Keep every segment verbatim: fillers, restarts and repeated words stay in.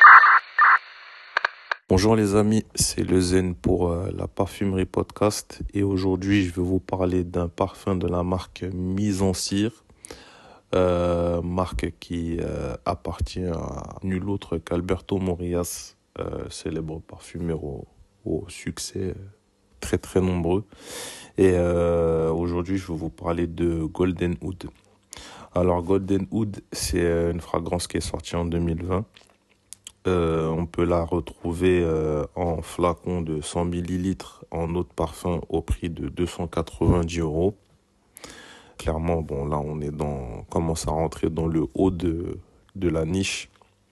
Bonjour les amis, c'est le Zen pour euh, la parfumerie podcast et aujourd'hui je vais vous parler d'un parfum de la marque Mise en Cire, euh, marque qui euh, appartient à nul autre qu'Alberto Morillas, euh, célèbre parfumeur au, au succès très très nombreux. Et euh, aujourd'hui je vais vous parler de Golden Oud. Alors Golden Oud, c'est une fragrance qui est sortie en deux mille vingt. Euh, on peut la retrouver euh, en flacon de cent millilitres en eau de parfum au prix de deux cent quatre-vingt-dix euros. Clairement, bon là on est dans, on commence à rentrer dans le haut de, de la niche.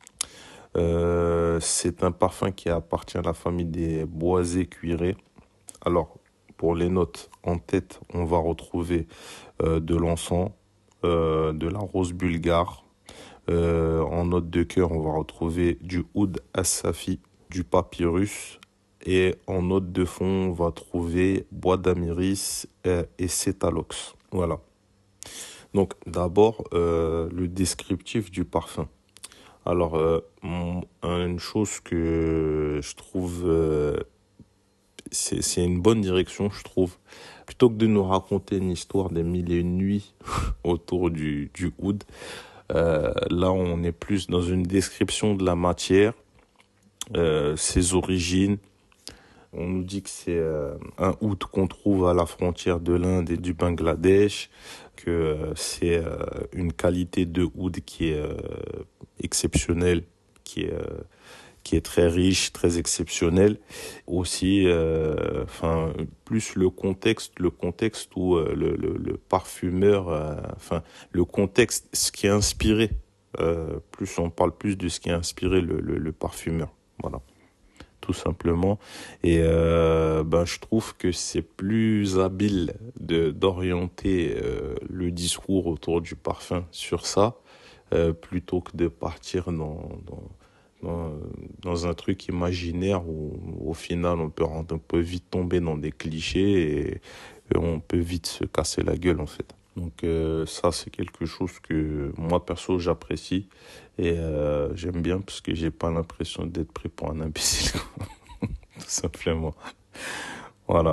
Euh, c'est un parfum qui appartient à la famille des boisés cuirés. Alors pour les notes en tête, on va retrouver euh, de l'encens, euh, de la rose bulgare. Euh, en note de cœur, on va retrouver du oud as-safi, du papyrus. Et en note de fond, on va trouver bois d'amiris euh, et cétalox. Voilà. Donc d'abord, euh, le descriptif du parfum. Alors, euh, une chose que je trouve, euh, c'est, c'est une bonne direction, je trouve. Plutôt que de nous raconter une histoire des mille et une nuits autour du, du oud, Euh, là, on est plus dans une description de la matière, euh, ses origines. On nous dit que c'est euh, un oud qu'on trouve à la frontière de l'Inde et du Bangladesh, que euh, c'est euh, une qualité de oud qui est euh, exceptionnelle, qui est euh, qui est très riche, très exceptionnel. Aussi, euh, enfin, plus le contexte, le contexte où euh, le, le, le parfumeur, euh, enfin, le contexte, ce qui a inspiré, euh, plus on parle plus de ce qui a inspiré le, le, le parfumeur. Voilà, tout simplement. Et euh, ben, je trouve que c'est plus habile de d'orienter euh, le discours autour du parfum sur ça, euh, plutôt que de partir dans, dans dans, dans un truc imaginaire où au final on peut, on peut vite tomber dans des clichés et, et on peut vite se casser la gueule en fait. Donc euh, ça c'est quelque chose que moi perso j'apprécie et euh, j'aime bien parce que j'ai pas l'impression d'être pris pour un imbécile tout simplement. Voilà.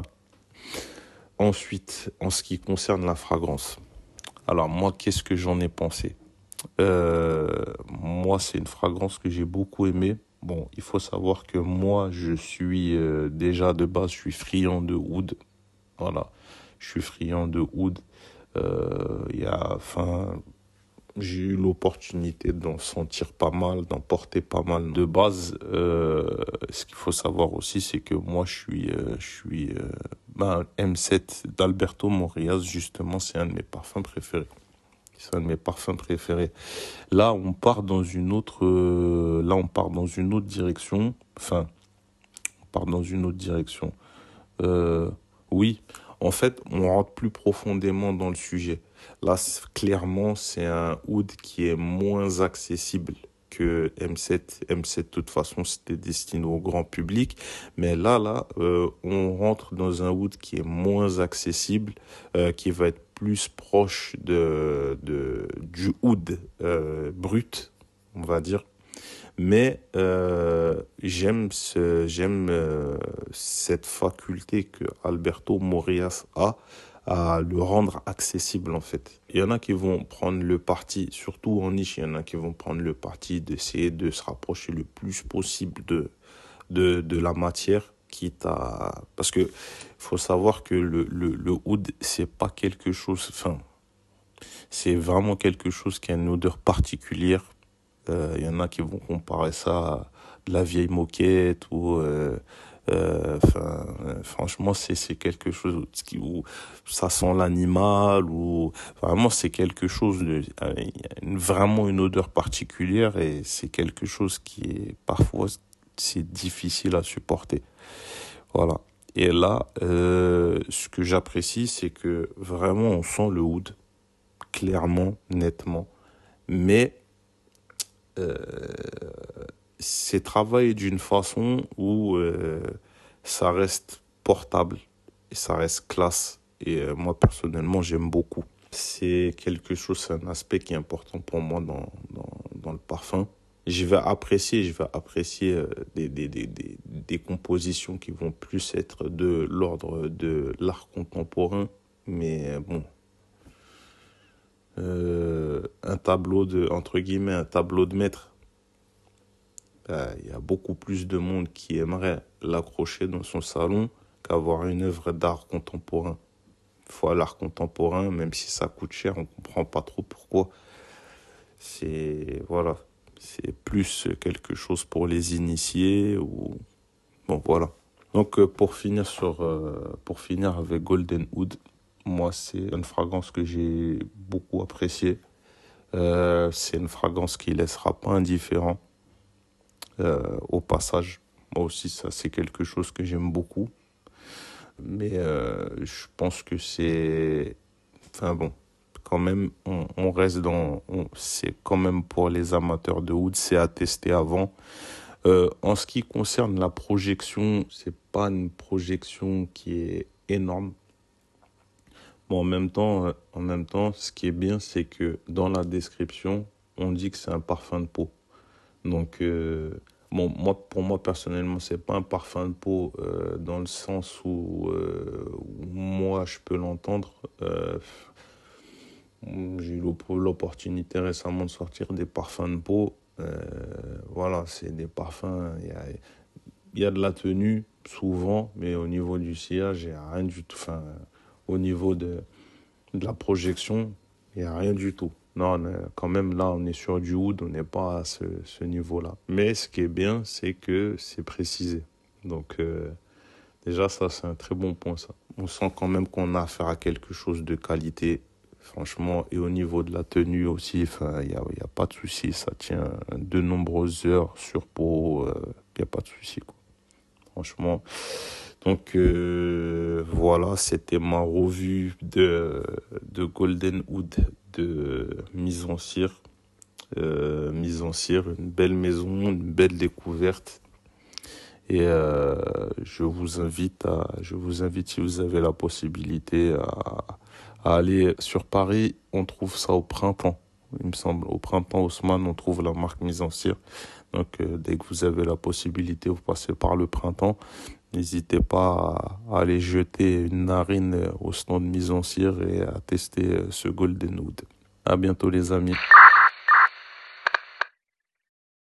Ensuite, en ce qui concerne la fragrance. Alors moi qu'est-ce que j'en ai pensé? Euh, moi, c'est une fragrance que j'ai beaucoup aimée. Bon, il faut savoir que moi, je suis euh, déjà de base, je suis friand de oud. Voilà, je suis friand de oud. Euh, il y a, enfin, j'ai eu l'opportunité d'en sentir pas mal, d'en porter pas mal. De base, euh, ce qu'il faut savoir aussi, c'est que moi, je suis, euh, je suis, euh, ben, M sept d'Alberto Morillas, justement, c'est un de mes parfums préférés. C'est un de mes parfums préférés. Là, on part dans une autre, euh, là, on part dans une autre direction. Enfin, on part dans une autre direction. Euh, oui, en fait, on rentre plus profondément dans le sujet. Là, c'est- clairement, c'est un oud qui est moins accessible que M sept. M sept, de toute façon, c'était destiné au grand public. Mais là, là, euh, on rentre dans un oud qui est moins accessible, euh, qui va être plus proche de, de, du oud euh, brut, on va dire. Mais euh, j'aime ce, j'aime euh, cette faculté que Alberto Morillas a à le rendre accessible en fait. Il y en a qui vont prendre le parti, surtout en niche, il y en a qui vont prendre le parti d'essayer de se rapprocher le plus possible de, de, de la matière, quitte à... Parce que faut savoir que le, le, le oud, c'est pas quelque chose... Enfin, c'est vraiment quelque chose qui a une odeur particulière. Il euh, y en a qui vont comparer ça à de la vieille moquette ou... Euh, euh, euh, franchement, c'est, c'est quelque chose qui, où ça sent l'animal ou vraiment c'est quelque chose de... Il y a une, vraiment une odeur particulière et c'est quelque chose qui est parfois... c'est difficile à supporter. Voilà. Et là, euh, ce que j'apprécie, c'est que vraiment on sent le oud, clairement, nettement. Mais euh, c'est travaillé d'une façon où euh, ça reste portable et ça reste classe. Et euh, moi, personnellement, j'aime beaucoup. C'est quelque chose, c'est un aspect qui est important pour moi dans, dans, dans le parfum. je vais apprécier, je vais apprécier euh, des, des, des, des, des compositions qui vont plus être de l'ordre de l'art contemporain. Mais euh, bon, euh, un tableau de, entre guillemets, un tableau de maître, ben, il y a beaucoup plus de monde qui aimerait l'accrocher dans son salon qu'avoir une œuvre d'art contemporain. Fois l'art contemporain, même si ça coûte cher, on comprend pas trop pourquoi. C'est, voilà, c'est plus quelque chose pour les initiés ou, bon, voilà. Donc, euh, pour finir sur, euh, pour finir avec Golden Oud, moi, c'est une fragrance que j'ai beaucoup appréciée. Euh, c'est une fragrance qui laissera pas indifférent. Euh, au passage, moi aussi, ça, c'est quelque chose que j'aime beaucoup. Mais euh, je pense que c'est... Enfin bon, quand même, on, on reste dans... on- c'est quand même pour les amateurs de oud, c'est à tester avant. Euh, en ce qui concerne la projection, c'est pas une projection qui est énorme. Bon, en même temps, euh, en même temps, ce qui est bien, c'est que dans la description, on dit que c'est un parfum de peau. Donc, euh, bon, moi, pour moi, personnellement, c'est pas un parfum de peau euh, dans le sens où, euh, où moi, je peux l'entendre. Euh, j'ai eu l'op- l'opportunité récemment de sortir des parfums de peau. Euh, voilà, c'est des parfums. Il y a, il y a de la tenue, souvent, mais au niveau du sillage, il n'y a rien du tout. Enfin, au niveau de, de la projection, il n'y a rien du tout. Non, on est- quand même, là, on est sur du oud, on n'est pas à ce, ce niveau-là. Mais ce qui est bien, c'est que c'est précisé. Donc, euh, déjà, ça, c'est un très bon point, ça. On sent quand même qu'on a affaire à quelque chose de qualité, franchement. Et au niveau de la tenue aussi, enfin, il n'y a, il y a pas de souci. Ça tient de nombreuses heures sur peau, euh, il n'y a pas de souci, quoi. Franchement. Donc euh, voilà, c'était ma revue de, de Golden Oud de mise en cire. Euh, mise en cire, une belle maison, une belle découverte. Et euh, je vous invite à, je vous invite si vous avez la possibilité à, à aller sur Paris. On trouve ça au printemps, il me semble. Au printemps Haussmann, on trouve la marque mise en cire. Donc euh, dès que vous avez la possibilité, vous passez par le printemps. N'hésitez pas à aller jeter une narine au stand de mise en cire et à tester ce Golden Oud. À bientôt les amis.